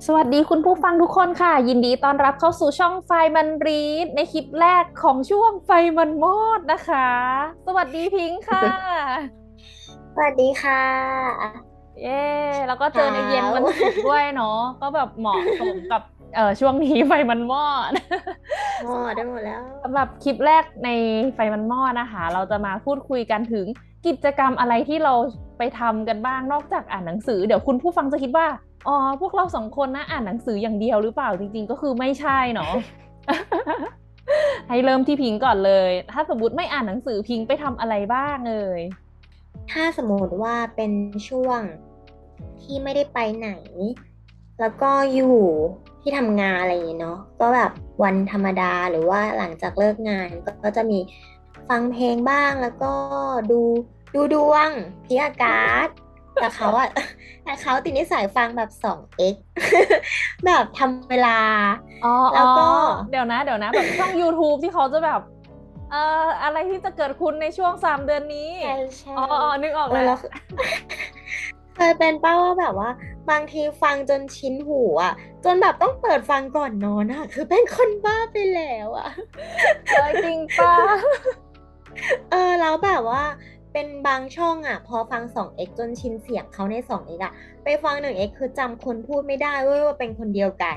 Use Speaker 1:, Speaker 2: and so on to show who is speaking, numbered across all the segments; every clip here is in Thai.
Speaker 1: สวัสดีคุณผู้ฟังทุกคนค่ะยินดีต้อนรับเข้าสู่ช่องไฟมันรีดในคลิปแรกของช่วงไฟมันมอดนะคะสวัสดีพิงค์ค่ะ
Speaker 2: สวัสดีค่ะ
Speaker 1: เย้แล้วก็เจอ
Speaker 2: เช้า
Speaker 1: ในเย็นวันศุกร์ด้วยเนาะก็แบบเหมาะสมกับช่วงนี้ไฟมันมอด
Speaker 2: หมอได้หมดแล้ว
Speaker 1: สำหรับคลิปแรกในไฟมันมอดนะคะเราจะมาพูดคุยกันถึงกิจกรรมอะไรที่เราไปทำกันบ้างนอกจากอ่านหนังสือเดี๋ยวคุณผู้ฟังจะคิดว่าอ๋อพวกเราสองคนนะอ่านหนังสืออย่างเดียวหรือเปล่าจริงๆก็คือไม่ใช่เนาะ ให้เริ่มที่พิงก่อนเลยถ้าสมมติไม่อ่านหนังสือพิงไปทำอะไรบ้างเลย
Speaker 2: ถ้าสมมติว่าเป็นช่วงที่ไม่ได้ไปไหนแล้วก็อยู่ที่ทำงานอะไรอย่างเงี้ยเนาะก็แบบวันธรรมดาหรือว่าหลังจากเลิกงานก็จะมีฟังเพลงบ้างแล้วก็ดูดูดวงพิยากาศแต่เขาอะแต่เขาติดนิสัยฟังแบบ2x แบบทำเวลา
Speaker 1: อ๋ออ๋อ
Speaker 2: แล้วก็
Speaker 1: เดี๋ยวนะแบบช่อง YouTube ที่เขาจะแบบเอ่ออะไรที่จะเกิดคุณในช่วง3 เดือนนี้
Speaker 2: ใช่ใช่
Speaker 1: อ๋อนึกออกแล้ว
Speaker 2: แล้ว เคยเป็นเป้าว่าแบบว่าบางทีฟังจนชินหูอ่ะจนแบบต้องเปิดฟังก่อนนอนอ่ะคือเป็นคนบ้าไปแล้วอ่ะ
Speaker 1: เอ้ยจริงป่ะ
Speaker 2: แล้วแบบว่าเป็นบางช่องอ่ะพอฟัง 2x จนชินเสียงเขาใน 2x อ่ะไปฟัง 1x คือจำคนพูดไม่ได้เว้ยว่าเป็นคนเดียวกัน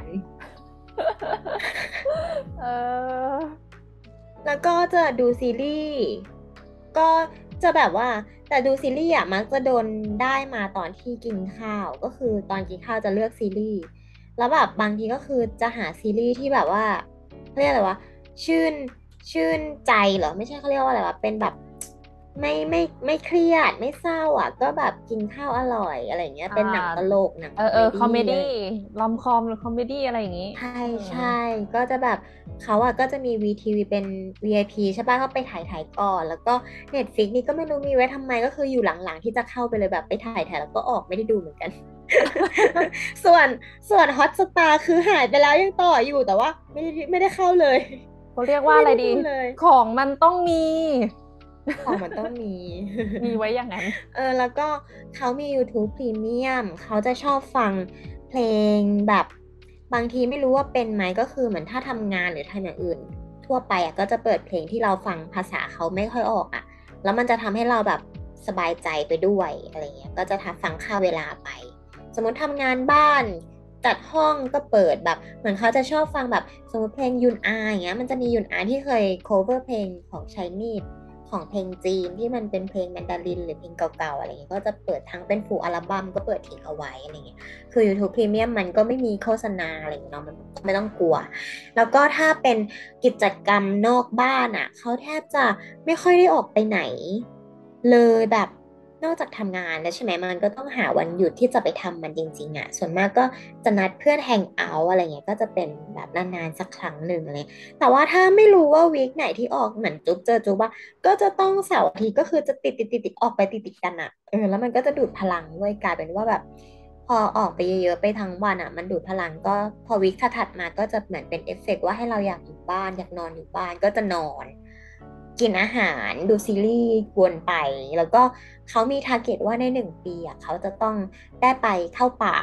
Speaker 1: เออ
Speaker 2: แล้วก็จะดูซีรีส์ก็จะแบบว่าแต่ดูซีรีส์อ่ะมักจะโดนได้มาตอนที่กินข้าวก็คือตอนกินข้าวจะเลือกซีรีส์แล้วแบบบางทีก็คือจะหาซีรีส์ที่แบบว่าเขาเรียกอะไรวะชื่นชื่นใจเหรอไม่ใช่เขาเรียกว่าอะไรวะเป็นแบบไม่เครียดไม่เศร้าอ่ะก็แบบกินข้าวอร่อยอะไรเงี้ย
Speaker 1: อ่
Speaker 2: เป็นหนังตล
Speaker 1: า
Speaker 2: กหนังคอมเมดี้
Speaker 1: คอมเมดี้
Speaker 2: อะไร
Speaker 1: ลอมคอมหรือคอมเมดี้อะไรอย่างนี้
Speaker 2: ใช่
Speaker 1: อืม
Speaker 2: ใช่ก็จะแบบเขาอะก็จะมี VTV เป็น VIP ใช่ป่ะก็ไปถ่ายก่อนแล้วก็ Netflix นี่ก็ไม่รู้มีไว้ทำไมก็คืออยู่หลังๆที่จะเข้าไปเลยแบบไปถ่ายแล้วก็ออกไม่ได้ดูเหมือนกันส่วนส่วน Hotstar คือหายไปแล้วยังต่ออยู่แต่ว่าไม่ได้เข้าเลย
Speaker 1: เขาเรียก
Speaker 2: ไม่ได้
Speaker 1: ว่าอะไรดี
Speaker 2: ดูเลย
Speaker 1: ของมันต้องมี
Speaker 2: ของมันต้องมี
Speaker 1: มีไว้อย่างนั้น
Speaker 2: แล้วก็เขามี YouTube Premium เขาจะชอบฟังเพลงแบบบางทีไม่รู้ว่าเป็นไหมก็คือเหมือนถ้าทำงานหรือทำอย่างอื่นทั่วไปอ่ะก็จะเปิดเพลงที่เราฟังภาษาเขาไม่ค่อยออกอ่ะแล้วมันจะทำให้เราแบบสบายใจไปด้วยอะไรเงี้ยก็จะทำฟังค่าเวลาไปสมมติทำงานบ้านจัดห้องก็เปิดแบบเหมือนเขาจะชอบฟังแบบสมมติเพลงยุนอาอย่างเงี้ยมันจะมียุนอาที่เคย cover เพลงของไชนีส ของเพลงจีนที่มันเป็นเพลงแมนดารินหรือเพลงเก่าๆอะไรเงี้ยก็จะเปิดทั้งเป็นฟูลอัลบั้มก็เปิดทิ้งเอาไว้อะไรเงี้ยคือ YouTube Premium มันก็ไม่มีโฆษณาอะไรเงี้ยเนาะมันไม่ต้องกลัวแล้วก็ถ้าเป็นกิจกรรมนอกบ้านอ่ะเขาแทบจะไม่ค่อยได้ออกไปไหนเลยแบบนอกจากทำงานแล้วใช่ไหมมันก็ต้องหาวันหยุดที่จะไปทำมันจริงๆอ่ะส่วนมากก็จะนัดเพื่อนแฮงเอาท์อะไรเงี้ยก็จะเป็นแบบนานๆสักครั้งหนึ่งอะไรแต่ว่าถ้าไม่รู้ว่าวีคไหนที่ออกเหมือนจุ๊บเจอจุ๊บว่า ก็จะต้องเสาร์อาทิตย์ก็คือจะติดออกไปติดกันอ่ะแล้วมันก็จะดูดพลังด้วยกลายเป็นว่าแบบพอออกไปเยอะๆไปทั้งวันอ่ะมันดูดพลังก็พอวีคถัดๆมาก็จะเหมือนเป็นเอฟเฟกต์ว่าให้เราอยากอยู่บ้านอยากนอนอยู่บ้านก็จะนอนกินอาหารดูซีรีส์กวนไปแล้วก็เขามีทาร์เก็ตว่าใน1 ปีอ่ะเขาจะต้องได้ไปเข้าป่า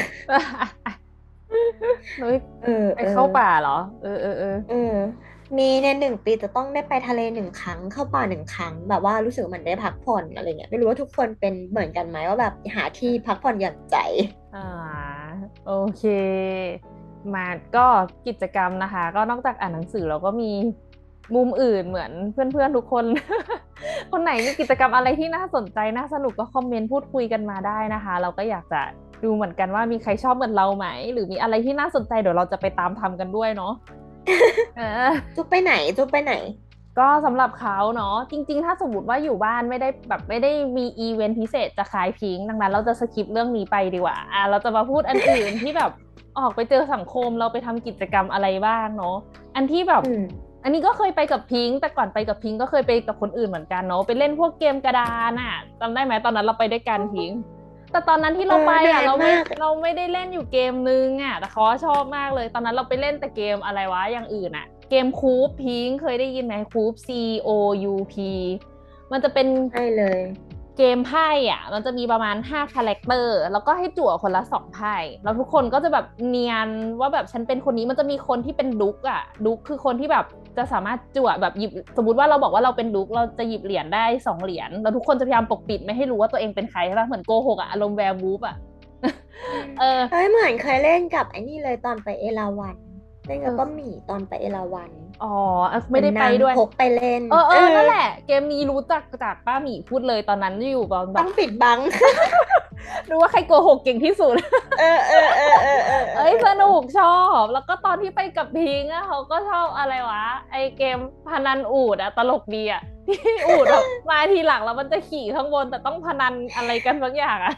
Speaker 1: นุ้ย
Speaker 2: เออเออ
Speaker 1: ไปเข้าป่าเหรอเออ
Speaker 2: เออมีใน1 ปีจะต้องได้ไปทะเล1 ครั้งเข้าป่า1 ครั้งแบบว่ารู้สึกว่ามันได้พักผ่อนอะไรเงี้ยไม่รู้ว่าทุกคนเป็นเหมือนกันไหมว่าแบบหาที่พักผ่อนหย่อนใจ
Speaker 1: อ่าโอเคมาก็กิจกรรมนะคะก็นอกจากอ่านหนังสือเราก็มีมุมอื่นเหมือนเพื่อนๆทุกคน คนไหนมีกิจกรรมอะไรที่น่าสนใจน่าสนุกก็คอมเมนต์พูดคุยกันมาได้นะคะเราก็อยากจะดูเหมือนกันว่ามีใครชอบเหมือนเราไหมหรือมีอะไรที่น่าสนใจเดี๋ยวเราจะไปตามทำกันด้วยเนาะเออ
Speaker 2: จุ๊บไปไหนจุ๊บไปไหน
Speaker 1: ก็สำหรับเขาเนาะจริงๆถ้าสมมติว่าอยู่บ้านไม่ได้แบบไม่ได้มีอีเวนต์พิเศษจะคล้ายพิงค์ดังนั้นเราจะสคิปเรื่องนี้ไปดีกว่าเราจะมาพูดอันอื่นที่แบบออกไปเจอสังคมเราไปทำกิจกรรมอะไรบ้างเนาะอันที่แบบ
Speaker 2: อืม
Speaker 1: อันนี้ก็เคยไปกับพิงค์แต่ก่อนไปกับพิงค์ก็เคยไปกับคนอื่นเหมือนกันเนาะไปเล่นพวกเกมกระดานอ่ะจำได้ไหมตอนนั้นเราไปด้วยกันพิงค์แต่ตอนนั้นที่เราไป
Speaker 2: นาน
Speaker 1: อ่ะเราไม่
Speaker 2: มาก
Speaker 1: เราไม่ได้เล่นอยู่เกมนึงอ่ะแต่เขาว่าชอบมากเลยตอนนั้นเราไปเล่นแต่เกมอะไรวะอย่างอื่นอ่ะ เกมคูปพิงค์เคยได้ยินไหมคูป COUP มันจะเป็น
Speaker 2: ใช่เลย
Speaker 1: เกมไพ่อ่ะมันจะมีประมาณ5คาแรคเตอร์แล้วก็ให้จั่วคนละ2ไพ่แล้วทุกคนก็จะแบบเนียนว่าแบบฉันเป็นคนนี้มันจะมีคนที่เป็นดุ๊กอ่ะดุ๊กคือคนที่แบบจะสามารถจั่วแบบหยิบสมมติว่าเราบอกว่าเราเป็นดุ๊กเราจะหยิบเหรียญได้2 เหรียญแล้วทุกคนจะพยายามปกปิดไม่ให้รู้ว่าตัวเองเป็นใครใช่ปะเหมือนโกหกอ่ะอารมณ์แวร์วูฟอ่ะ
Speaker 2: อืม
Speaker 1: เออ
Speaker 2: เฮ้ยเหมือนเคยเล่นกับไอ้นี่เลยตอนไปเอราวัณเล่น
Speaker 1: เอ
Speaker 2: กับป้าห
Speaker 1: อ
Speaker 2: มี่ตอนไปเอราวัณ
Speaker 1: อ๋อไม่
Speaker 2: เหมือน
Speaker 1: ได้ไปด้วย
Speaker 2: นางพกไปเล่น
Speaker 1: นั่นแหละเกมนี้รู้จักจากป้าหมีพูดเลยตอนนั้นอยู่ตอนแบบ
Speaker 2: ต้องปิดบัง
Speaker 1: รู้ว่าใครโกหกเก่งที่สุด
Speaker 2: เออเออเออเออเออเอ
Speaker 1: เอ้ยส
Speaker 2: อ
Speaker 1: นุกชอบแล้วก็ตอนที่ไปกับพิงอะเขาก็ชอบอะไรวะไอเกมพนันอูฐอะตลกดีอะที่อูฐแบบมาทีหลังแล้วมันจะขี่ข้างบนแต่ต้องพนันอะไรกันสักอย่างอะ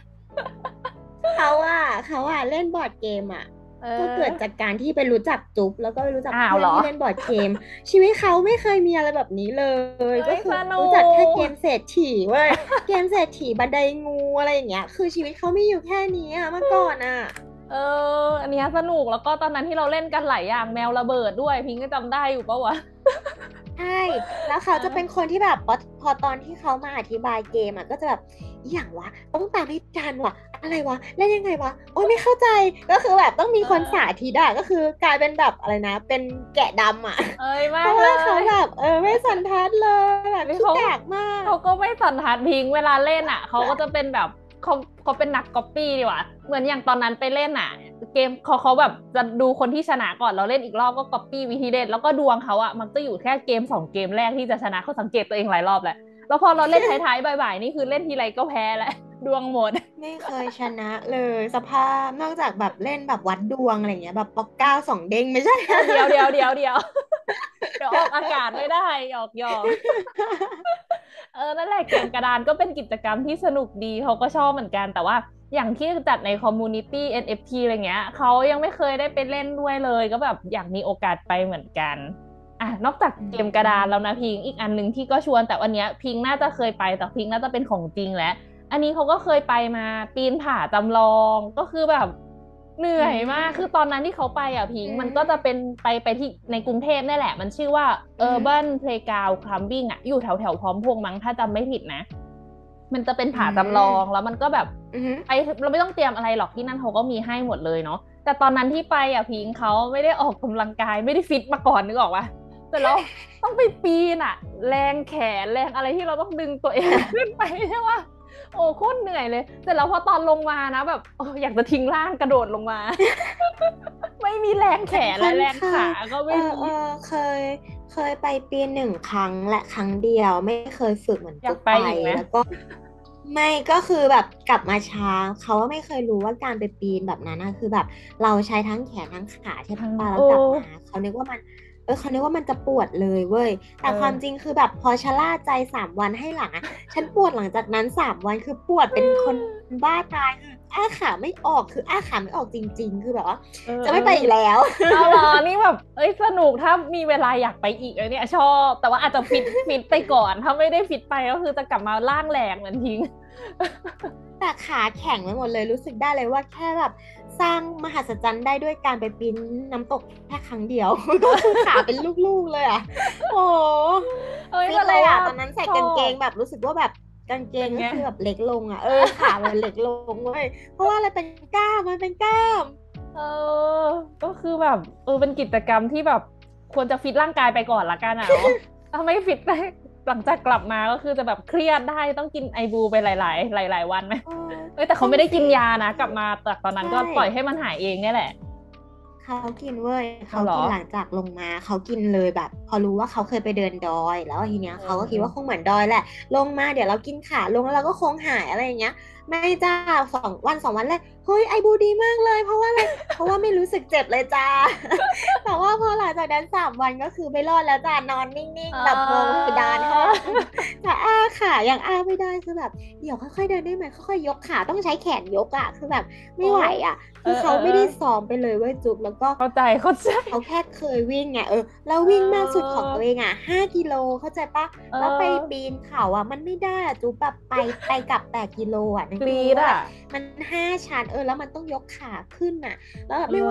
Speaker 2: เขาเล่นบอร์ดเกมอ่ะ
Speaker 1: เอ
Speaker 2: ก็เกิด
Speaker 1: อ
Speaker 2: จากการที่ไปรู้จักจุ๊บแล้วก็ไปรู้จัก
Speaker 1: อ้าวเหรอ
Speaker 2: เพื่อนที่เล่นบอร์ดเกมชีวิตเขาไม่เคยมีอะไรแบบนี้เลย
Speaker 1: เอ้
Speaker 2: ก็คือ
Speaker 1: ยสนุ
Speaker 2: รู้จักแค่เก
Speaker 1: ก
Speaker 2: มเศรษฐีเว้ยเกมเศรษฐีบันไดงูอะไรอย่างเงี้ยคือชีวิตเขาไม่อยู่แค่นี้อ่ะเมื่อก่อนอ่ะ
Speaker 1: เอออันเนี้ยสนุกแล้วก็ตอนนั้นที่เราเล่นกันหลายอย่างแมวระเบิดด้วยพิงก็จำได้อยู่ปะวะ
Speaker 2: ใช่แล้วเขาจะเป็นคนที่แบบพอตอนที่เขามาอธิบายเกมอ่ะก็จะแบบอหย่างวะต้องตามให้ทันวะอะไรวะเล่นยังไงวะโอ้ยไม่เข้าใจก็คือแบบต้องมี
Speaker 1: เอ
Speaker 2: คนสา
Speaker 1: อ
Speaker 2: ธิตอ่ะก็คือกลายเป็นแบบอะไรนะเป็นแกะดำอ่ะ
Speaker 1: เอ้ย
Speaker 2: เพ
Speaker 1: มากเล
Speaker 2: ราะว่าเขา
Speaker 1: ย
Speaker 2: แบบไม่สันทัดเลยแบบ
Speaker 1: นี่เขา
Speaker 2: ขี้กากมาก
Speaker 1: เขาก็ไม่สันทัดพิงเวลาเล่นอ่ะเขาก็จะเป็นแบบเขาเป็นนักก๊อปปี้ดีกว่าเหมือนอย่างตอนนั้นไปเล่นอ่ะเกมเขาแบบจะดูคนที่ชนะก่อนเราเล่นอีกรอบก็ก๊อปปี้วิธีเล่นแล้วก็ดวงเขาอ่ะมันจะอยู่แค่เกม2 เกมแรกที่จะชนะเขาสังเกตตัวเองหลายรอบแหละแล้วพอเราเล่นท้ายๆบ่ายๆนี่คือเล่นทีไรก็แพ้แล้วดวงหมด
Speaker 2: ไม่เคยชนะเลยสภาพนอกจากแบบเล่นแบบวัดดวงอะไรเงี้ยแบบป๊อกเก้าสองเด้งไม่ใช่
Speaker 1: เดี๋ยวเดี๋ยวออกอากาศไม่ได้หยอกนั่นแหละเกมกระดานก็เป็นกิจกรรมที่สนุกดีเขาก็ชอบเหมือนกันแต่ว่าอย่างที่จัดในคอมมูนิตี้ NFT อฟทีอะไรเงี้ยเขายังไม่เคยได้ไปเล่นด้วยเลยก็แบบอยากมีโอกาสไปเหมือนกันนอกจาก
Speaker 2: อื
Speaker 1: เกมกระดานแล้ว
Speaker 2: ม
Speaker 1: นะพิงอีกอันหนึ่งที่ก็ชวนแต่วันเนี้ยพิงน่าจะเคยไปแต่พิงน่าจะเป็นของจริงแล้ว อันนี้เขาก็เคยไปมาปีนผาจำลองก็คือแบบเหนื่
Speaker 2: อื
Speaker 1: อยมากคือต
Speaker 2: ม
Speaker 1: อนนั้นที่เขาไปอ่ะพิง
Speaker 2: อื
Speaker 1: มันก็จะเป็น
Speaker 2: ม
Speaker 1: ไปที่ในกรุงเทพนี่แหละมันชื่อว่า
Speaker 2: อืม
Speaker 1: Urban Playground Climbing อ่ะอยู่แถวพร้อมพงษ์มั้งถ้าจำไม่ผิดนะมันจะเป็น
Speaker 2: อื
Speaker 1: ผาจำลอง
Speaker 2: ม
Speaker 1: แล้วมันก็แบบ
Speaker 2: อืม
Speaker 1: ไปเราไม่ต้องเตรียมอะไรหรอกที่นั่นเขาก็มีให้หมดเลยเนาะแต่ตอนนั้นที่ไปอ่ะพิงเขาไม่ได้ออกกำลังกายไม่ได้ฟิตมาก่อนนึกออกปะแต่เราต้องไปปีนอ่ะแรงแขนแรงอะไรที่เราต้องดึงตัวเองขึ้นไปใช่ปะ โอ้โคตรเหนื่อยเลยเสร็จแล้วพอตอนลงมานะแบบโอ้อยากจะทิ้งร่างกระโดดลงมาไม่มีแรงแข
Speaker 2: เป็น
Speaker 1: นและ
Speaker 2: คนเค
Speaker 1: แรงขา
Speaker 2: ย
Speaker 1: ก็ไม่มี
Speaker 2: เคยเคยไปปีหนึ่งครั้งและครั้งเดียวไม่เคยฝึกเหมือน
Speaker 1: อยาก
Speaker 2: จุ๊บไป
Speaker 1: ไปอีกไหม
Speaker 2: แล้วก็ไม่ก็คือแบบกลับมาช้าเขาว่าไม่เคยรู้ว่าการไปปีนแบบนั้นนะคือแบบเราใช้ทั้งแขนทั้งขาใช่
Speaker 1: ทั้ง
Speaker 2: ปะแล้ว
Speaker 1: โอ้
Speaker 2: กลับมาเขานึกว่ามันเขานึกว่ามันจะปวดเลยเว้ย
Speaker 1: เอ
Speaker 2: แต่ความจริง
Speaker 1: อ
Speaker 2: คือแบบพอชะล่าใจ3 วันให้หลังอ่ะฉันปวดหลังจากนั้น3 วันคือปวดเป็นคนบ้าตายคืออ้าขาไม่ออกคืออ้าขาไม่ออกจริงๆคือแบบว่าจะไม่ไปอีกแล้ว
Speaker 1: เอาเหรอนี่แบบเอ้ยสนุกถ้ามีเวลาอยากไปอีกเลยเนี่ยชอบแต่ว่าอาจจะฟิตไปก่อนถ้าไม่ได้ฟิตไปก็คือจะกลับมาร่างแรงเหมือนทิ้ง
Speaker 2: แต่ขาแข็งไปหมดเลยรู้สึกได้เลยว่าแค่แบบสร้างมหัศจรรย์ได้ด้วยการไปปีนน้ำตกแค่ครั้งเดียวก็คือขาเป็นลูกๆเลยอ่ะโอ้
Speaker 1: เอ้ย
Speaker 2: ฟิต
Speaker 1: แต่เราว่า
Speaker 2: เลยอ่ะตอนนั้นใส่
Speaker 1: ชอ
Speaker 2: กางเก
Speaker 1: บ
Speaker 2: งแบบรู้สึกว่าแบบกางเก
Speaker 1: เป็นไง
Speaker 2: งก็คือแบบเล็กลงอ่ะขามันเล็กลงเว้ยเพราะว่าอะไรเป็นกล้ามมันเป็นกล้าม
Speaker 1: เออก็คือแบบเป็นกิจกรรมที่แบบควรจะฟิตร่างกายไปก่อนละกันอ่ะเนาะถ้าไม่ฟิตได้หลังจากกลับมาก็คือจะแบบเครียดได้ต้องกินไอบูไปหลายวันไหม
Speaker 2: เออ
Speaker 1: แต่เขาไม่ได้กิ
Speaker 2: ต้องฟิ
Speaker 1: นยานะกลับ
Speaker 2: ต
Speaker 1: มาจากตอนนั้น
Speaker 2: ใช่
Speaker 1: ก็ปล่อยให้มันหายเองเนี่ยแหละ
Speaker 2: เขากินเว้ย
Speaker 1: เอาเหรอ
Speaker 2: เขากินหลังจากลงมาเขากินเลยแบบพอรู้ว่าเขาเคยไปเดินดอยแล้วทีเนี้ย
Speaker 1: เอ
Speaker 2: เขาก็คิดว่าคง
Speaker 1: อ
Speaker 2: เหมือนดอยแหละลงมาเดี๋ยวเรากินขาลงแล้วเราก็คงหายอะไรอย่างเงี้ยไม่จ้า2 วัน 2 วันเลยเฮ้ยไอบูดีมากเลยเพราะว่าอะไรเพราะว่าไม่รู้สึกเจ็บเลยจ้าแต่ว่าพอหลังจากนั้น3 วันก็คือไม่รอดแล้วจ้านอนนิ่ง
Speaker 1: เ
Speaker 2: ๆแบบมองเพ
Speaker 1: ออ
Speaker 2: ดานห้องจะอ้าขายังอ้าไม่ได้คือแบบเดี๋ยวค่อยๆเดินได้ไหมค่อยๆยกขาต้องใช้แขนยกอ่ะคือแบบ
Speaker 1: โอ้
Speaker 2: ไม่ไหวอ่ะ คือเขา
Speaker 1: เออ
Speaker 2: ไม่ได้ซ้อมไปเลยเว้ยจุ๊บแล้วก็
Speaker 1: เข้าใจ
Speaker 2: เขาแค่เคยวิ่งไงแล้ว
Speaker 1: เ
Speaker 2: วิ่งมากสุด
Speaker 1: ออ
Speaker 2: ของตัวเองอ่ะ5 กิโลเข้าใจปะ
Speaker 1: เอ
Speaker 2: แล้วไป
Speaker 1: อ
Speaker 2: ปีนเขาอ่ะมันไม่ได้อ่ะจุ๊บแบบไปกลับ8 กิโลอ่ะนึก
Speaker 1: ก
Speaker 2: ดู
Speaker 1: รีดอ่ะ
Speaker 2: ว่าแบบมัน5 ชั้นแล้วมันต้องยกขาขึ้นอ่ะแล้วแบบ
Speaker 1: เอ
Speaker 2: ไม่ไหว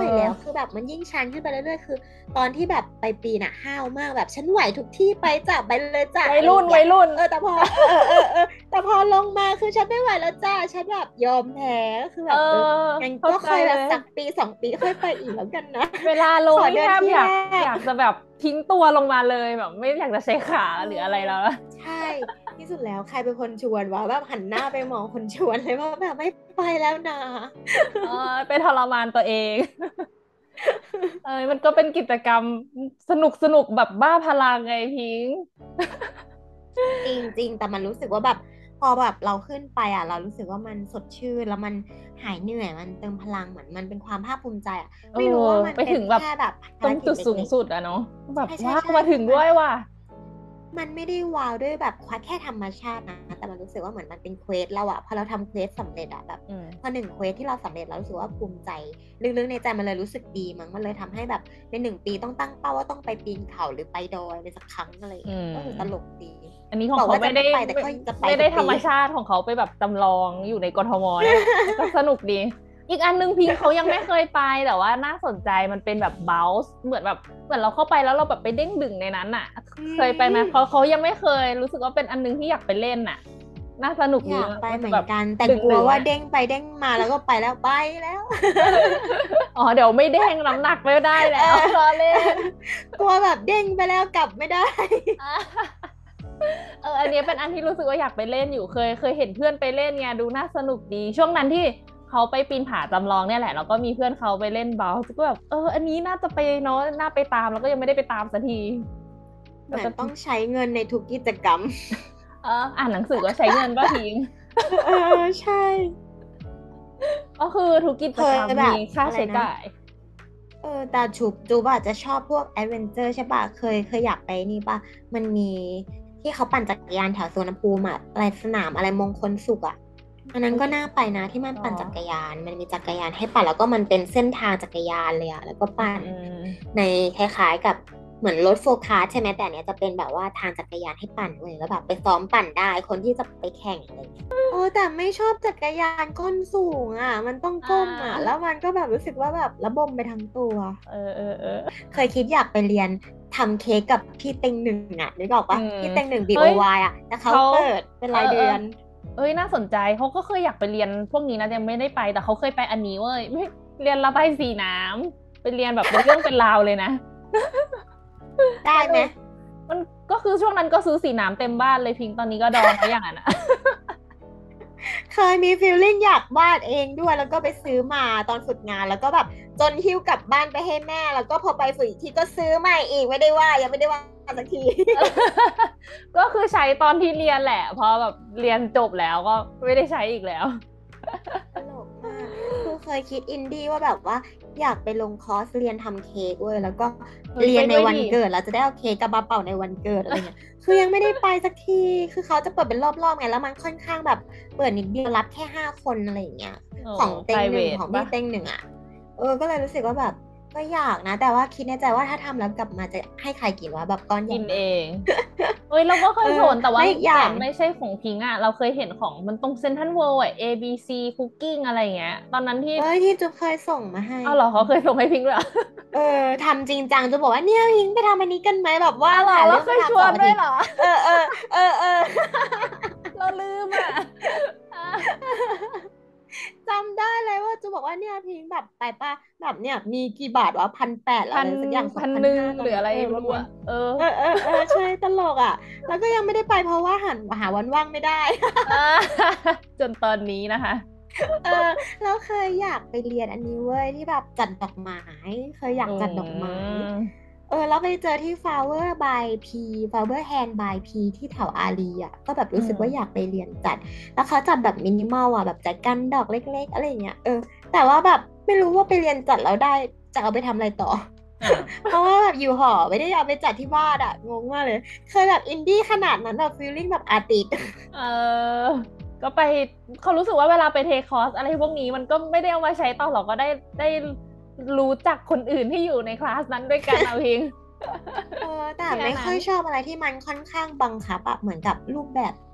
Speaker 2: อยแล้วคือแบบมันยิ่งชันขึ้นไปเรื่อยๆคือตอนที่แบบไปปีนอะห้าวมากแบบฉันไหวทุกที่ไปจ้ะไปเลยจ้ะ
Speaker 1: วัยรุ่น
Speaker 2: อะไรอย่างเงี้ย
Speaker 1: วัยรุ่น
Speaker 2: แต่พอแต่พอลงมาคือฉันไม่ไหวแล้วจ้าฉันแบบยอมแพ้ก็คือ
Speaker 1: เออ
Speaker 2: แบบงั้น
Speaker 1: เข้าใจ
Speaker 2: ก็ค่อยแบบ
Speaker 1: เลย
Speaker 2: สักปี2 ปีค่อยไปอีกแล้วกันนะ
Speaker 1: เวลาล
Speaker 2: ข
Speaker 1: งนี่
Speaker 2: อเดือนที่แร
Speaker 1: แทบอยาก
Speaker 2: ก
Speaker 1: จะแบบทิ้งตัวลงมาเลยแบบไม่อยากจะใช้ขา
Speaker 2: เ
Speaker 1: หรืออะไรแล้ว
Speaker 2: ออใช่ที่สุดแล้วใครเป็นคนชวนวะแบบหันหน้าไปมองคนชวนเลยว่าแบบไม่ไปแล้วนะ
Speaker 1: เออไปทรมานตัวเอง มันก็เป็นกิจกรรมสนุกสนุกแบบบ้าพลังไงพิงค์
Speaker 2: จริงๆแต่มันรู้สึกว่าแบบพอแบบเราขึ้นไปอ่ะเรารู้สึกว่ามันสดชื่นแล้วมันหายเหนื่อยมันเติมพลังเหมือนมันเป็นความภาคภูมิใจอ่ะ
Speaker 1: เออ
Speaker 2: ไม่รู้ว่ามันเป็น
Speaker 1: ไปถึงแบบ
Speaker 2: แค่แบบ
Speaker 1: ตรง
Speaker 2: ภารกิจ
Speaker 1: จุดสูง
Speaker 2: เล็ก
Speaker 1: สุดอะเนาะ
Speaker 2: ๆ
Speaker 1: แบบ
Speaker 2: ใช่ใช่
Speaker 1: ว้าว
Speaker 2: ใช่
Speaker 1: มาถึง
Speaker 2: คือมัน
Speaker 1: ด้วยว่ะ
Speaker 2: มันไม่ได้ว้าวด้วยแบบแค่ธรรมชาตินะแต่มันรู้สึกว่าเหมือนมันเป็นเควสเราอะพอเราทำเควสสำเร็จอะแบบ
Speaker 1: อืม
Speaker 2: พอหนึ่งเควสที่เราสำเร็จเรารู้สึกว่าภูมิใจลึกๆในใจมันเลยรู้สึกดีมั้งมันเลยทำให้แบบใน1 ปีต้องตั้งเป้าว่าต้องไปปีนเขาหรือไปดอยไปสักครั้งอะไรอย่าง
Speaker 1: อื
Speaker 2: เงี้ยก็คือตล
Speaker 1: ม
Speaker 2: กดี
Speaker 1: อันนี้ของ
Speaker 2: บอกว่าจะ
Speaker 1: เขาไม่ได้ไม่
Speaker 2: ไม่ไปแต่ก็จะไป
Speaker 1: ไม่ได้
Speaker 2: ทุกปี
Speaker 1: ธรรมชาติของเขาไปแบบจำลองอยู่ในกทมเนี่ยแหละก็สนุกดีอีกอันนึงพิงค์เขายังไม่เคยไปแต่ว่าน่าสนใจมันเป็นแบบเบลส์เหมือนแบบเหมือนเราเข้าไปแล้วเราแบบไปเด้งดึงในนั้นอะ
Speaker 2: อื
Speaker 1: เคยไปไหม
Speaker 2: ม
Speaker 1: เขายังไม่เคยรู้สึกว่าเป็นอันนึงที่อยากไปเล่นน่ะน่าสนุกดี
Speaker 2: อยากไป
Speaker 1: มันจะแบบ
Speaker 2: เหมือนกันแต่
Speaker 1: ดึง
Speaker 2: กลัวว่า
Speaker 1: ดึงอะ
Speaker 2: เด้งไปเด้งมาแล้วก็ไปแล้วไปแล้ว
Speaker 1: อ๋อเดี๋ยวไม่เด้งน้ำหนักไม่ได้
Speaker 2: เ
Speaker 1: แล้วล้อ
Speaker 2: ออ
Speaker 1: เล่น
Speaker 2: กลัวแบบเด้งไปแล้วกลับไม่ได้
Speaker 1: อ่ะอันนี้เป็นอันที่รู้สึกว่าอยากไปเล่นอยู่เคยเห็นเพื่อนไปเล่นไงดูน่าสนุกดีช่วงนั้นที่เขาไปปีนผาจำลองเนี่ยแหละแล้วก็มีเพื่อนเขาไปเล่นเบาก็แบบอันนี้น่าจะไปเนาะน่าไปตามแล้วก็ยังไม่ได้ไปตามสักทีก็จะ
Speaker 2: เหมือนต้องใช้เงินในทุกกิจกรรม
Speaker 1: อ่านหนังสือก็ใช้เงินป่ะพิง
Speaker 2: เออใช่
Speaker 1: ก็คือทุกกิ
Speaker 2: เค
Speaker 1: จกรรมมี
Speaker 2: ยแบบ
Speaker 1: ค่า
Speaker 2: อะไรนะ
Speaker 1: ใช้จ่าย
Speaker 2: แต่จูบอาจจะชอบพวกแอดเวนเจอร์ใช่ปะเคยอยากไปนี่ปะมันมีที่เขาปั่นจักรยานแถวสวนภูมิอะอะไรสนามอะไรมงคลสุขอะอันนั้นก็น่าไปนะที่มัน
Speaker 1: อ๋อ
Speaker 2: ปั่นจักรยานมันมีจักรยานให้ปั่นแล้วก็มันเป็นเส้นทางจักรยานเลยอะแล้วก็ปั่น
Speaker 1: อืม
Speaker 2: ในคล้ายๆกับเหมือนรถโฟล์คาร์ทใช่ไหมแต่อันเนี้ยจะเป็นแบบว่าทางจักรยานให้ปั่นเลยแล้วแบบไปซ้อมปั่นได้คนที่จะไปแข่งอะไรอย่างเงี้ย แต่ไม่ชอบจักรยานก้นสูงอ่ะมันต้อง
Speaker 1: อ่
Speaker 2: ก้มอ่ะแล้ว
Speaker 1: า
Speaker 2: มันก็แบบรู้สึกว่าแบบระบมไปทั้งตัว
Speaker 1: เออ
Speaker 2: เคยคิดอยากไปเรียนทำเค้กกับพี่เต็งหนึ่งอ่ะนึกออก
Speaker 1: อื
Speaker 2: ปะ
Speaker 1: ม
Speaker 2: พี่เต็งหนึ่ง
Speaker 1: เฮ้ย
Speaker 2: BOY อ่ะแต่เขา
Speaker 1: เขา
Speaker 2: เปิดเป็น
Speaker 1: เออเออ
Speaker 2: รายเดือน
Speaker 1: น่าสนใจเขาก็เคยอยากไปเรียนพวกนี้นะยังไม่ได้ไปแต่เขาเคยไปอันนี้เว้ยไม่เรียนระบายสีน้ำไปเรียนแบบเป็นเรื่องเป็นราวเลยนะ
Speaker 2: ได้ไหม
Speaker 1: สนุกมันก็คือช่วงนั้นก็ซื้อสีน้ำเต็มบ้านเลยพิงค์ตอนนี้ก็ดองไว้อย่างนั้นอะ
Speaker 2: เคยมีฟีลลิ่งอยากวาดเองด้วยแล้วก็ไปซื้อมาตอนฝึกงานแล้วก็แบบจนหิ้วกลับบ้านไปให้แม่แล้วก็พอไปฝึกอีกทีก็ซื้อใหม่อีกไม่ได้ว่ายังไม่ได้ว่าสักที
Speaker 1: ก็คือใช้ตอนที่เรียนแหละพอแบบเรียนจบแล้วก็ไม่ได้ใช้อีกแล้ว
Speaker 2: ตลกมาก คือเคยคิดอินดี้ว่าแบบว่าอยากไปลงคอร์สเรียนทำเค้กเว้ยแล้วก็
Speaker 1: เฮ้ย
Speaker 2: เรียนใน
Speaker 1: ไปด้วยดิ
Speaker 2: วันเกิดเราจะได้เอาเค้กกลับมาเป่าในวันเกิดอะไรเงี้ยคือยังไม่ได้ไปสักทีคือเขาจะเปิดเป็นรอบๆไงแล้วมันค่อนข้างแบบเปิดนิดเดียวรับแค่5 คนอะไรอย่างเงี้ย
Speaker 1: โอ้
Speaker 2: ของเต็งหนึ่ง
Speaker 1: private
Speaker 2: ของพี่
Speaker 1: ปะ
Speaker 2: เต็งหนึ่งอ่ะก็เลยรู้สึกว่าแบบก็อยากนะแต่ว่าคิดในใจว่าถ้าทำแล้วกลับมาจะให้ใครกินวะแบบก้อนให
Speaker 1: กินเอ
Speaker 2: ญ่มาก
Speaker 1: งเราก็เคยสนแต่ว่า
Speaker 2: และอีกอ
Speaker 1: แต่
Speaker 2: ย่าง
Speaker 1: ไม่ใช่ของพิงค์อ่ะเราเคยเห็นของมันตรงเซ็นทรัลเวิลด์อ่ะ ABC Cooking อะไรอย่างเงี้ยตอนนั้นที่
Speaker 2: ที่จุ๊บเคยส่งมาให้
Speaker 1: อ้าวเหรอเขาเคยส่งให้พิงค์ด้วยเหรอ
Speaker 2: ทำจริงจังจะบอกว่าเนี่ยพิงไปทำอันนี้กันไหมแบบว่า
Speaker 1: อ้าวเหรอ
Speaker 2: หา
Speaker 1: เรา
Speaker 2: เรื่องไปทำ
Speaker 1: เคยชว
Speaker 2: 2 อาทิตย์
Speaker 1: นด้วยเหรอ
Speaker 2: เออ
Speaker 1: เราลืมอ่ะอ่ะ
Speaker 2: จำได้เลยว่าจะบอกว่าเนี่ยพิงแบบไปป่ะแบบเนี่ยมีกี่บาทวะ1,800อะ
Speaker 1: พัน
Speaker 2: ไรสักอย่างสอ
Speaker 1: พันหนึ่ง
Speaker 2: งพันห้าตอนเนี้ย
Speaker 1: หรืออะไรไม่
Speaker 2: ประมาณ
Speaker 1: รู้อ่ะ
Speaker 2: ใช่ตลกอ่ะแล้วก็ยังไม่ได้ไปเพราะว่าหาวันว่างไม่ได้
Speaker 1: อ่าจนตอนนี้นะคะ
Speaker 2: เออแล้วเคยอยากไปเรียนอันนี้เว้ยที่แบบจัดดอกไม้เคยอยา
Speaker 1: อื
Speaker 2: กจัดดอกไม้
Speaker 1: ม
Speaker 2: แล้วไปเจอที่ Flower by P Flower Hand by P ที่แถวอารีอ่ะก็แบบ
Speaker 1: อื
Speaker 2: รู้สึกว่าอยาก
Speaker 1: ม
Speaker 2: ไปเรียนจัดแล้วเขาจัดแบบมินิมอลอ่ะแบบจัดกันดอกเล็กๆอะไรอย่างเงี้ยแต่ว่าแบบไม่รู้ว่าไปเรียนจัดแล้วได้จะเอาไปทำอะไรต่อ
Speaker 1: อ่า
Speaker 2: เพราะว่าแบบอยู่หอไม่ได้เอาไปจัดที่บ้านอ่ะงงมากเลยเคยแบบอินดี้ขนาดนั้นแบบฟีลลิ่งแบบอาร์ติส
Speaker 1: เออก็ไปเขารู้สึกว่าเวลาไปเทคคอร์สอะไรพวกนี้มันก็ไม่ได้เอามาใช้ต่อหรอกก็ได้รู้จักคนอื่นที่อยู่ในคลาสนั้นด้วยกันเอาเอง
Speaker 2: แต่
Speaker 1: แค่
Speaker 2: ไม่ค่
Speaker 1: นั้น
Speaker 2: อยชอบอะไรที่มันค่อนข้างบังคับอะเหมือนกับรูปแบบ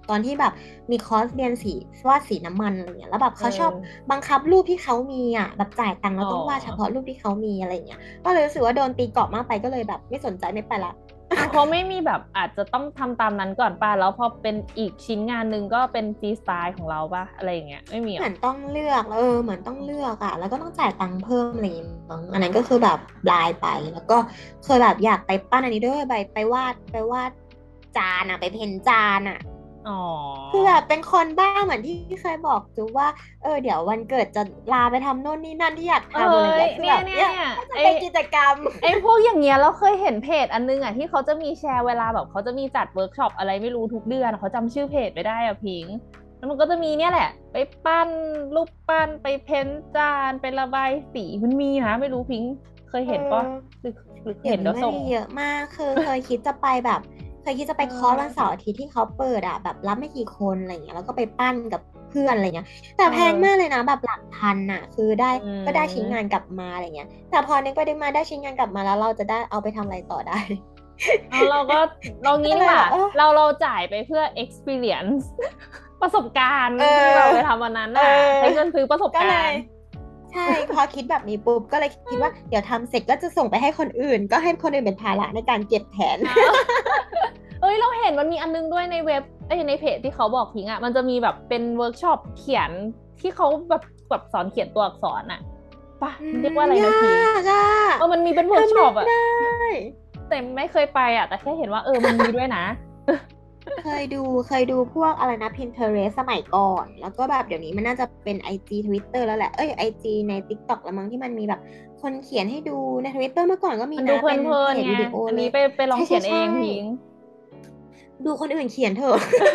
Speaker 2: ตอนที่แบบมีคอร์สเรียนสีวาดสีน้ำมันอะไรเงี้ยแล้วแบบ
Speaker 1: เอ
Speaker 2: เขาชอบ
Speaker 1: อ
Speaker 2: บังคับรูปที่เขามีอ่ะแบบจ่ายตังค์
Speaker 1: อ๋
Speaker 2: แล้วต้องวาดเฉ
Speaker 1: อ
Speaker 2: พาะรูปที่เขามีอะไรเงี้ยก็เลยรู้สึกว่าโดนตีกรอบมากไปก็เลยแบบไม่สนใจไม่ไปละ
Speaker 1: เอาเขาไม่มีแบบอาจจะต้องทำตามนั้นก่อนป่ะแล้วพอเป็นอีกชิ้นงานหนึ่งก็เป็นฟรีสไตล์ของเราป่ะอะไรอย่างเงี้ยไม่มีหรอ
Speaker 2: เหมือนต้องเลือกเหมือนต้องเลือกอะแล้วก็ต้องจ่ายตังค์เพิ่มอะไรอย่างเงี้ยมั้งอันนั้นก็คือแบบบลายไปแล้วก็เคยแบบอยากไปปั้นอันนี้ด้วยไปวาดจานอะไปเพ้นท์จานอะ
Speaker 1: อ๋อ
Speaker 2: คือแบบเป็นคนบ้าเหมือนที่เคยบอกจูว่าเดี๋ยววันเกิดจะลาไปทำโน่นนี่นั่นที่อยาก
Speaker 1: เอ้
Speaker 2: ทำอะไรอย่าง
Speaker 1: ย
Speaker 2: เงี้ยคือแบบเนี่ยก็จะ
Speaker 1: ไอ
Speaker 2: เป็นกิจกรรม
Speaker 1: ไอพวกอย่างเงี้ยเราเคยเห็นเพจอันนึงอ่ะที่เขาจะมีแชร์เวลาแบบเขาจะมีจัดเวิร์กช็อปอะไรไม่รู้ทุกเดือนเขาจำชื่อเพจไม่ได้อ่ะพิงค์แล้วมันก็จะมีเนี่ยแหละไปปั้นรูปปั้นไปเพ้นท์จานไประบายสีมันมีนะไม่รู้พิงค์เคย
Speaker 2: เอ
Speaker 1: เห็นปะ
Speaker 2: อ
Speaker 1: หรือ
Speaker 2: เดี๋ยวนี้มัน
Speaker 1: เห็นแล้วส่ง
Speaker 2: มีเยอะมากคือเคยคิดจะไปแบบเคยคิดจะ
Speaker 1: เ
Speaker 2: ไปคอร์สวันเสาร์
Speaker 1: ออ
Speaker 2: อาทิตย์ที่เขาเปิดอะแบบรับไม่กี่คนอะไรเงี้ยแล้วก็ไปปั้นกับเพื่อนอะไรเงี้ยแต่
Speaker 1: เอ
Speaker 2: แพงมาก
Speaker 1: อ
Speaker 2: เลยนะแบบหลักพันอะคือได้
Speaker 1: อื
Speaker 2: ก็ได้ชิ้นงาน
Speaker 1: ม
Speaker 2: กลับมาอะไรเงี้ยแต่พอนึกไปนึกมาได้ชิ้นงานกลับมาแล้วเราจะได้เอาไปทำอะไรต่อได้
Speaker 1: เอาเราก็เรางี้
Speaker 2: ก็
Speaker 1: ดีกว่า
Speaker 2: เลยแบบ
Speaker 1: เราจ่ายไปเพื่อ experience ประสบการณ์
Speaker 2: เอ
Speaker 1: ที่เราไป
Speaker 2: อ
Speaker 1: ทำวันนั้น
Speaker 2: เอ
Speaker 1: น่ะใช้เงิน
Speaker 2: อ
Speaker 1: ซื้อประสบ
Speaker 2: ก็เลย
Speaker 1: การณ์
Speaker 2: ใช่พอคิดแบบนี้ปุ๊บก็เลยคิดว่าเดี๋ยวทำเสร็จก็จะส่งไปให้คนอื่นก็ให้คนอื่นเป็นภาระในการเก็บแทน
Speaker 1: อ้าวเอ้ยเราเห็นมันมีอันนึงด้วยในเว็บในเพจที่เขาบอกพิงอ่ะมันจะมีแบบเป็นเวิร์กช็อปเขียนที่เขาแบบสอนเขียนตัวอักษรอ่ะป่ะ
Speaker 2: อื
Speaker 1: มันเรียกว่าอะไร
Speaker 2: ยา
Speaker 1: นะพิง
Speaker 2: กอ่ะ
Speaker 1: มันมีเป็นเวิร์ก
Speaker 2: ทำไม่
Speaker 1: ช็อปอ่ะ
Speaker 2: ได้
Speaker 1: แต่ไม่เคยไปอ่ะแต่แค่เห็นว่ามันมีด้วยนะ
Speaker 2: เคยดูพวกอะไรนะ Pinterest สมัยก่อน แล้วก็แบบเดี๋ยวนี้มันน่าจะเป็น IG Twitter แล้วแหละIG ใน TikTok แล้วมั้งที่มันมีแบบคนเขียนให้ดูใน Twitter เมื่อก่อนก็มี
Speaker 1: มันดู
Speaker 2: นะเป็น
Speaker 1: เพลิ
Speaker 2: เพ
Speaker 1: นๆไง
Speaker 2: จวิดีโอเลย
Speaker 1: อันนี้ไปลองเขียนเอ
Speaker 2: ใช่ใช่ใช่
Speaker 1: งพิง
Speaker 2: ดูคนอื่นเขียนเถอะ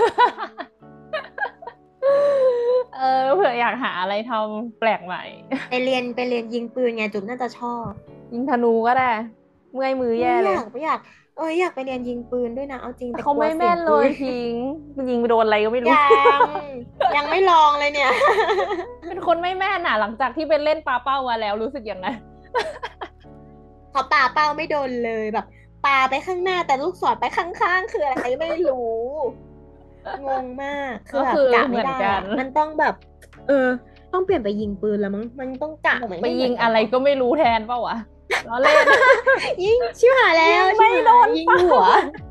Speaker 1: เผื่ออยากหาอะไรทำแปลกใหม่
Speaker 2: ไปเรียนยิงปืนไงจุ๊บน่าจะชอบ
Speaker 1: ยิงธนูก็ได้เมื่อยมือ
Speaker 2: เฮ้
Speaker 1: แย่เลย
Speaker 2: ยอยากไปเรียนยิงปืนด้วยนะเอาจริง
Speaker 1: แต่เขาไม่
Speaker 2: แต่กลัวเสี
Speaker 1: แม่นเลย
Speaker 2: ยงปืน
Speaker 1: พิงยิงไปโดนอะไรก็ไม่ รู้
Speaker 2: ยังยังไม่ลองเลยเนี่ย
Speaker 1: เป็นคนไม่แม่นอ่ะหลังจากที่เป็นเล่นปาเป้ามาแล้วรู้สึกยังไง
Speaker 2: เขาปาเป้าไม่โดนเลยแบบปาไปข้างหน้าแต่ลูกศรไปข้างๆคืออะไรไม่รู้งงมากคือแบบ
Speaker 1: ก็คือ
Speaker 2: กะ
Speaker 1: เห
Speaker 2: ไม่ได้
Speaker 1: มือนกัน
Speaker 2: อ่ะมันต้องแบบเออต้องเปลี่ยนไปยิงปืนแล้วมั้งมันต้องกะเหมือน
Speaker 1: ไป
Speaker 2: ไม่เหมื
Speaker 1: ยิงอะไร
Speaker 2: อนกันหรอ
Speaker 1: ก็ไม่รู้แทนเปล่าวะล้อเล่น
Speaker 2: ยิงชิบหายแล้
Speaker 1: ยิง
Speaker 2: วชิ
Speaker 1: ไม่โด
Speaker 2: บหาย
Speaker 1: นเป้า
Speaker 2: ยิงหัว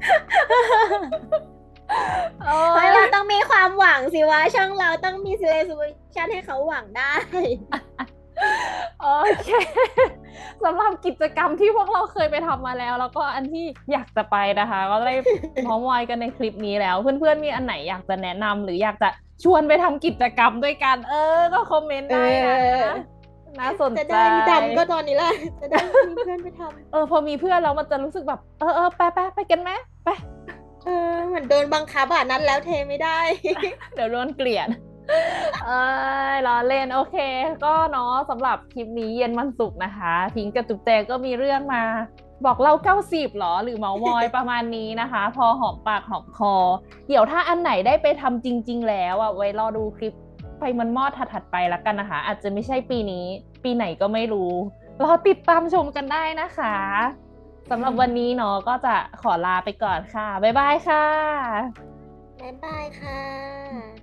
Speaker 1: โอ้
Speaker 2: เฮ้ย
Speaker 1: ย
Speaker 2: เราต้องมีความหวังสิวะช่องเราต้องมี resolution ให้เขาหวังได้
Speaker 1: โอเคสำหรับกิจกรรมที่พวกเราเคยไปทำมาแล้วแล้วก็อันที่อยากจะไปนะคะก็ได้เม้าท์มอยกันในคลิปนี้แล้วเพื่อนๆมีอันไหนอยากจะแนะนำหรืออยากจะชวนไปทำกิจกรรมด้วยกันก็คอมเมนต์
Speaker 2: เ
Speaker 1: ได้นะ
Speaker 2: ออ
Speaker 1: น่าสน
Speaker 2: จะ
Speaker 1: ใจ
Speaker 2: ได้มีทำก็ตอนนี้แหละจะได้มีเพื่อนไปทำ
Speaker 1: พอมีเพื่อนแล้วมันจะรู้สึกแบบไปกันไหมไป
Speaker 2: เหมือนโดนบังคับอ่ะนัดแล้วเทไม่ได้
Speaker 1: เดี๋ยวโดนเกลียดเอ้ล้อเล่นโอเคก็เนาะสำหรับคลิปนี้เย็นวันศุกร์นะคะพิงกับจุ๊บแจก็มีเรื่องมาบอกเล่า90หรอหรือเมามอยประมาณนี้นะคะพอหอมปากหอมคอเดี๋ยวถ้าอันไหนได้ไปทำจริงๆแล้วอ่ะไว้รอดูคลิปไฟมันมอดถัดๆไปแล้วกันนะคะอาจจะไม่ใช่ปีนี้ปีไหนก็ไม่รู้รอติดตามชมกันได้นะคะสำหรับวันนี้เนาะก็จะขอลาไปก่อนค่ะบ๊ายบายค่ะ
Speaker 2: บ๊ายบายค่ะ